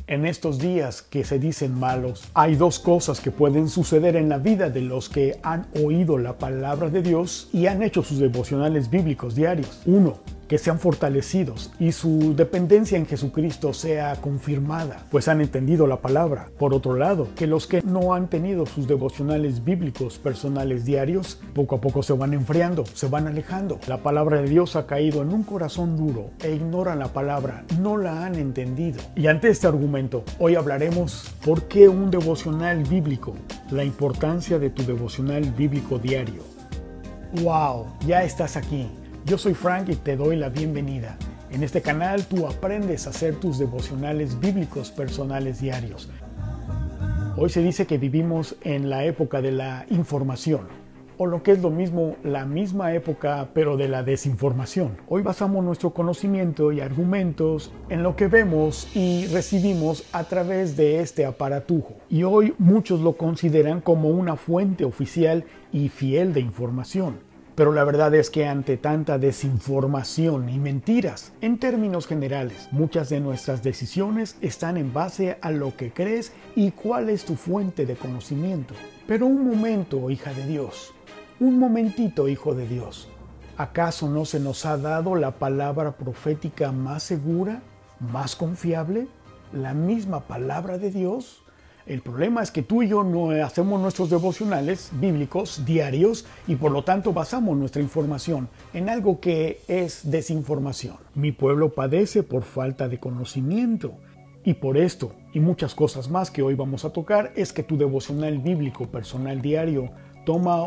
En estos días que se dicen malos, hay dos cosas que pueden suceder en la vida de los que han oído la palabra de Dios y han hecho sus devocionales bíblicos diarios. Uno, que sean fortalecidos y su dependencia en Jesucristo sea confirmada, pues han entendido la palabra. Por otro lado, que los que no han tenido sus devocionales bíblicos personales diarios, poco a poco se van enfriando, se van alejando. La palabra de Dios ha caído en un corazón duro e ignoran la palabra, no la han entendido. Y ante este argumento, hoy hablaremos por qué un devocional bíblico, la importancia de tu devocional bíblico diario. ¡Wow! Ya estás aquí. Yo soy Frank y te doy la bienvenida. En este canal tú aprendes a hacer tus devocionales bíblicos personales diarios. Hoy se dice que vivimos en la época de la información, o lo que es lo mismo, la misma época pero de la desinformación. Hoy basamos nuestro conocimiento y argumentos en lo que vemos y recibimos a través de este aparatujo. Y hoy muchos lo consideran como una fuente oficial y fiel de información. Pero la verdad es que ante tanta desinformación y mentiras, en términos generales, muchas de nuestras decisiones están en base a lo que crees y cuál es tu fuente de conocimiento. Pero un momento, hija de Dios, un momentito, hijo de Dios, ¿acaso no se nos ha dado la palabra profética más segura, más confiable? ¿La misma palabra de Dios? El problema es que tú y yo no hacemos nuestros devocionales bíblicos diarios y por lo tanto basamos nuestra información en algo que es desinformación. Mi pueblo padece por falta de conocimiento y por esto y muchas cosas más que hoy vamos a tocar es que tu devocional bíblico personal diario toma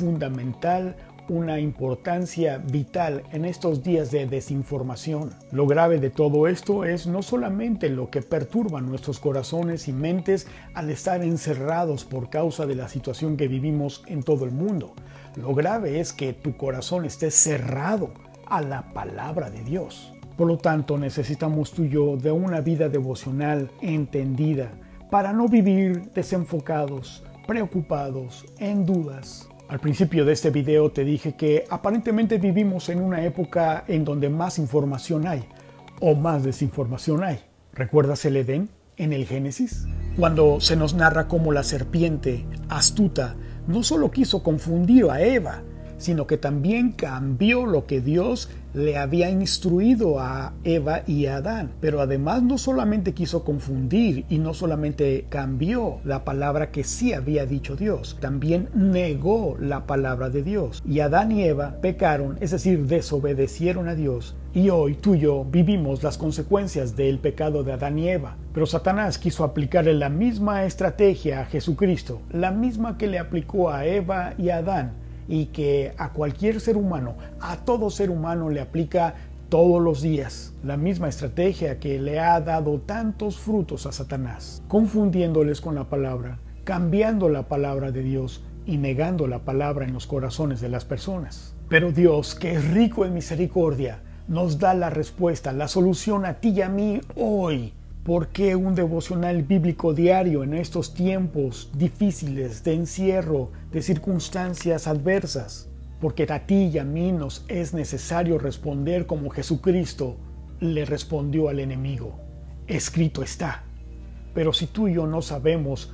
una importancia vital en estos días de desinformación. Lo grave de todo esto es no solamente lo que perturba nuestros corazones y mentes al estar encerrados por causa de la situación que vivimos en todo el mundo. Lo grave es que tu corazón esté cerrado a la palabra de Dios. Por lo tanto, necesitamos tú y yo de una vida devocional entendida para no vivir desenfocados, preocupados, en dudas. Al principio de este video te dije que aparentemente vivimos en una época en donde más información hay o más desinformación hay. ¿Recuerdas el Edén en el Génesis? Cuando se nos narra cómo la serpiente astuta no solo quiso confundir a Eva, sino que también cambió lo que Dios le había instruido a Eva y a Adán. Pero además no solamente quiso confundir y no solamente cambió la palabra que sí había dicho Dios, también negó la palabra de Dios. Y Adán y Eva pecaron, es decir, desobedecieron a Dios. Y hoy tú y yo vivimos las consecuencias del pecado de Adán y Eva. Pero Satanás quiso aplicarle la misma estrategia a Jesucristo, la misma que le aplicó a Eva y a Adán, y que a cualquier ser humano, a todo ser humano le aplica todos los días. La misma estrategia que le ha dado tantos frutos a Satanás, confundiéndoles con la palabra, cambiando la palabra de Dios y negando la palabra en los corazones de las personas. Pero Dios, que es rico en misericordia, nos da la respuesta, la solución a ti y a mí hoy. ¿Por qué un devocional bíblico diario en estos tiempos difíciles de encierro, de circunstancias adversas? Porque a ti y a mí nos es necesario responder como Jesucristo le respondió al enemigo. Escrito está. Pero si tú y yo no sabemos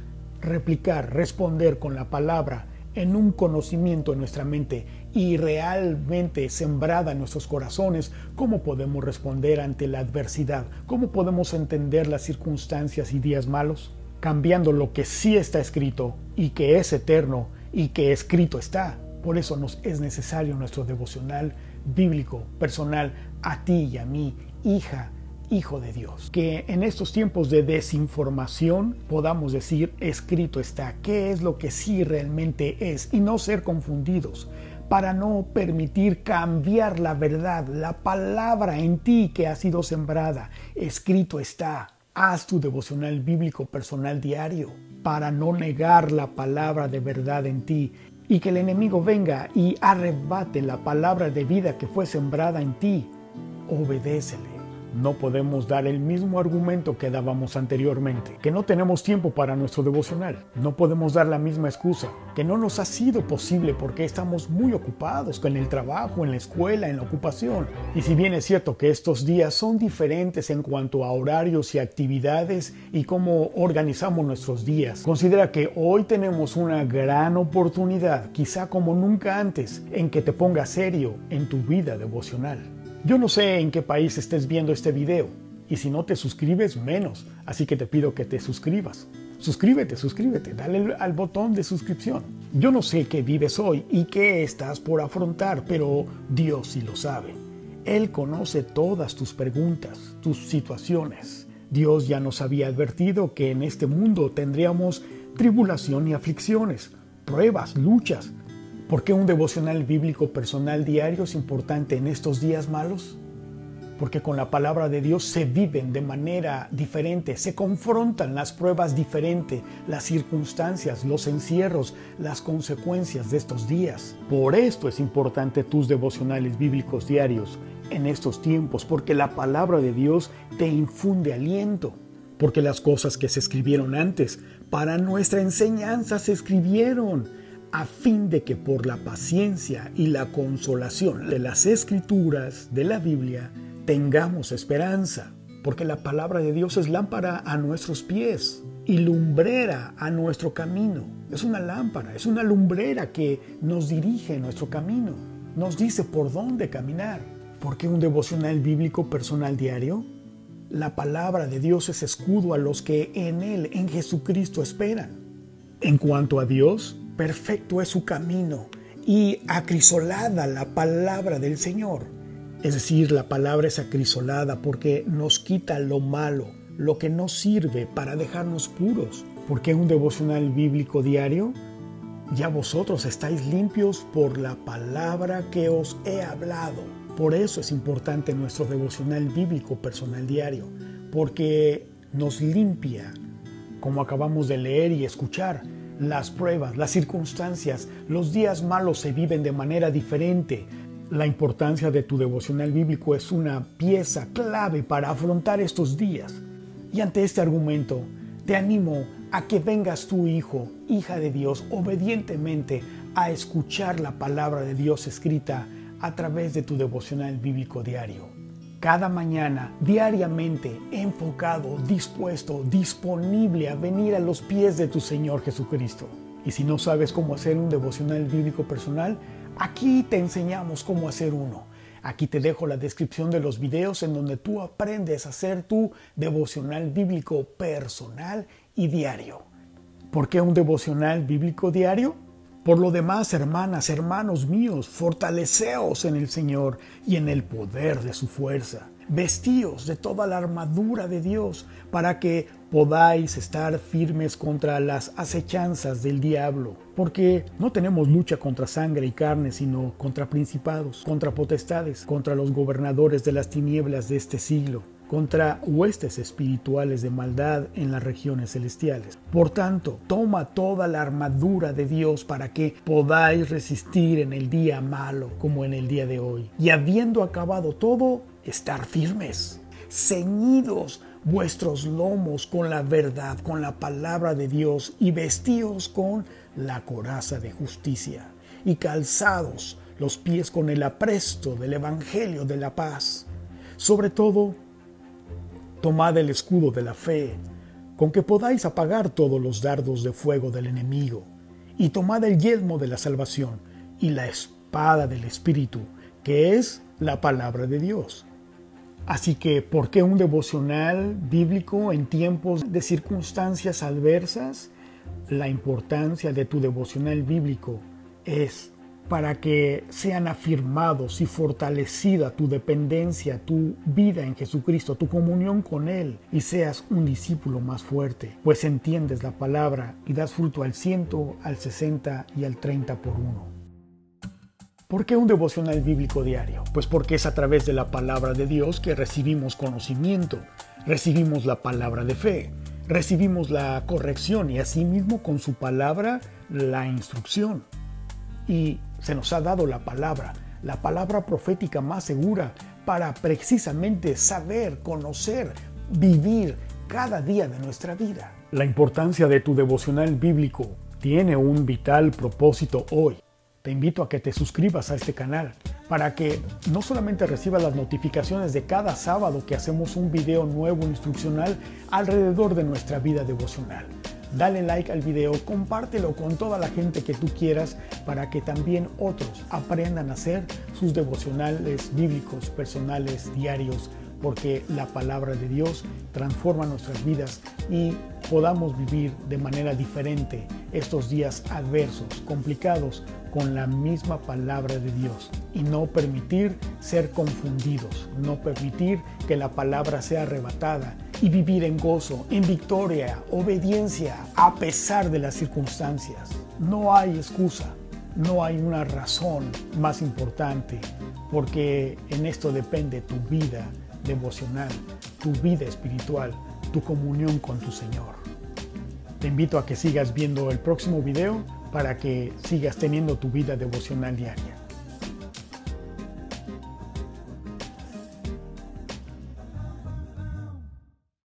responder con la palabra en un conocimiento en nuestra mente y realmente sembrada en nuestros corazones, ¿cómo podemos responder ante la adversidad? ¿Cómo podemos entender las circunstancias y días malos? Cambiando lo que sí está escrito y que es eterno y que escrito está. Por eso nos es necesario nuestro devocional bíblico, personal, a ti y a mí, hija, hijo de Dios. Que en estos tiempos de desinformación podamos decir escrito está, qué es lo que sí realmente es y no ser confundidos para no permitir cambiar la verdad, la palabra en ti que ha sido sembrada. Escrito está. Haz tu devocional bíblico personal diario para no negar la palabra de verdad en ti y que el enemigo venga y arrebate la palabra de vida que fue sembrada en ti. Obedécele. No podemos dar el mismo argumento que dábamos anteriormente, que no tenemos tiempo para nuestro devocional. No podemos dar la misma excusa, que no nos ha sido posible porque estamos muy ocupados con el trabajo, en la escuela, en la ocupación. Y si bien es cierto que estos días son diferentes en cuanto a horarios y actividades y cómo organizamos nuestros días, considera que hoy tenemos una gran oportunidad, quizá como nunca antes, en que te pongas serio en tu vida devocional. Yo no sé en qué país estés viendo este video, y si no te suscribes, menos, así que te pido que te suscribas. Suscríbete, dale al botón de suscripción. Yo no sé qué vives hoy y qué estás por afrontar, pero Dios sí lo sabe. Él conoce todas tus preguntas, tus situaciones. Dios ya nos había advertido que en este mundo tendríamos tribulación y aflicciones, pruebas, luchas. ¿Por qué un devocional bíblico personal diario es importante en estos días malos? Porque con la palabra de Dios se viven de manera diferente, se confrontan las pruebas diferentes, las circunstancias, los encierros, las consecuencias de estos días. Por esto es importante tus devocionales bíblicos diarios en estos tiempos, porque la palabra de Dios te infunde aliento. Porque las cosas que se escribieron antes para nuestra enseñanza se escribieron, a fin de que por la paciencia y la consolación de las Escrituras, de la Biblia, tengamos esperanza. Porque la palabra de Dios es lámpara a nuestros pies y lumbrera a nuestro camino. Es una lámpara, es una lumbrera que nos dirige en nuestro camino. Nos dice por dónde caminar. ¿Por qué un devocional bíblico personal diario? La palabra de Dios es escudo a los que en Él, en Jesucristo, esperan. En cuanto a Dios, perfecto es su camino y acrisolada la palabra del Señor. Es decir, la palabra es acrisolada porque nos quita lo malo, lo que no sirve para dejarnos puros. ¿Por qué un devocional bíblico diario? Ya vosotros estáis limpios por la palabra que os he hablado. Por eso es importante nuestro devocional bíblico personal diario, porque nos limpia, como acabamos de leer y escuchar. Las pruebas, las circunstancias, los días malos se viven de manera diferente. La importancia de tu devocional bíblico es una pieza clave para afrontar estos días. Y ante este argumento, te animo a que vengas tú, hijo, hija de Dios, obedientemente a escuchar la palabra de Dios escrita a través de tu devocional bíblico diario. Cada mañana, diariamente, enfocado, dispuesto, disponible a venir a los pies de tu Señor Jesucristo. Y si no sabes cómo hacer un devocional bíblico personal, aquí te enseñamos cómo hacer uno. Aquí te dejo la descripción de los videos en donde tú aprendes a hacer tu devocional bíblico personal y diario. ¿Por qué un devocional bíblico diario? Por lo demás, hermanas, hermanos míos, fortaleceos en el Señor y en el poder de su fuerza. Vestíos de toda la armadura de Dios para que podáis estar firmes contra las acechanzas del diablo. Porque no tenemos lucha contra sangre y carne, sino contra principados, contra potestades, contra los gobernadores de las tinieblas de este siglo, contra huestes espirituales de maldad en las regiones celestiales. Por tanto, toma toda la armadura de Dios para que podáis resistir en el día malo como en el día de hoy. Y habiendo acabado todo, estar firmes, ceñidos vuestros lomos con la verdad, con la palabra de Dios, y vestíos con la coraza de justicia, y calzados los pies con el apresto del evangelio de la paz. Sobre todo, tomad el escudo de la fe, con que podáis apagar todos los dardos de fuego del enemigo, y tomad el yelmo de la salvación y la espada del Espíritu, que es la palabra de Dios. Así que, ¿por qué un devocional bíblico en tiempos de circunstancias adversas? La importancia de tu devocional bíblico es para que sean afirmados y fortalecida tu dependencia, tu vida en Jesucristo, tu comunión con Él, y seas un discípulo más fuerte, pues entiendes la palabra y das fruto al 100, al 60 y al 30 por uno. ¿Por qué un devocional bíblico diario? Pues porque es a través de la palabra de Dios que recibimos conocimiento, recibimos la palabra de fe, recibimos la corrección y asimismo con su palabra la instrucción. Y se nos ha dado la palabra profética más segura para precisamente saber, conocer, vivir cada día de nuestra vida. La importancia de tu devocional bíblico tiene un vital propósito hoy. Te invito a que te suscribas a este canal para que no solamente recibas las notificaciones de cada sábado que hacemos un video nuevo instruccional alrededor de nuestra vida devocional. Dale like al video, compártelo con toda la gente que tú quieras para que también otros aprendan a hacer sus devocionales bíblicos, personales, diarios, porque la palabra de Dios transforma nuestras vidas y podamos vivir de manera diferente estos días adversos, complicados, con la misma palabra de Dios y no permitir ser confundidos, no permitir que la palabra sea arrebatada y vivir en gozo, en victoria, obediencia, a pesar de las circunstancias. No hay excusa, no hay una razón más importante, porque en esto depende tu vida devocional, tu vida espiritual, tu comunión con tu Señor. Te invito a que sigas viendo el próximo video para que sigas teniendo tu vida devocional diaria.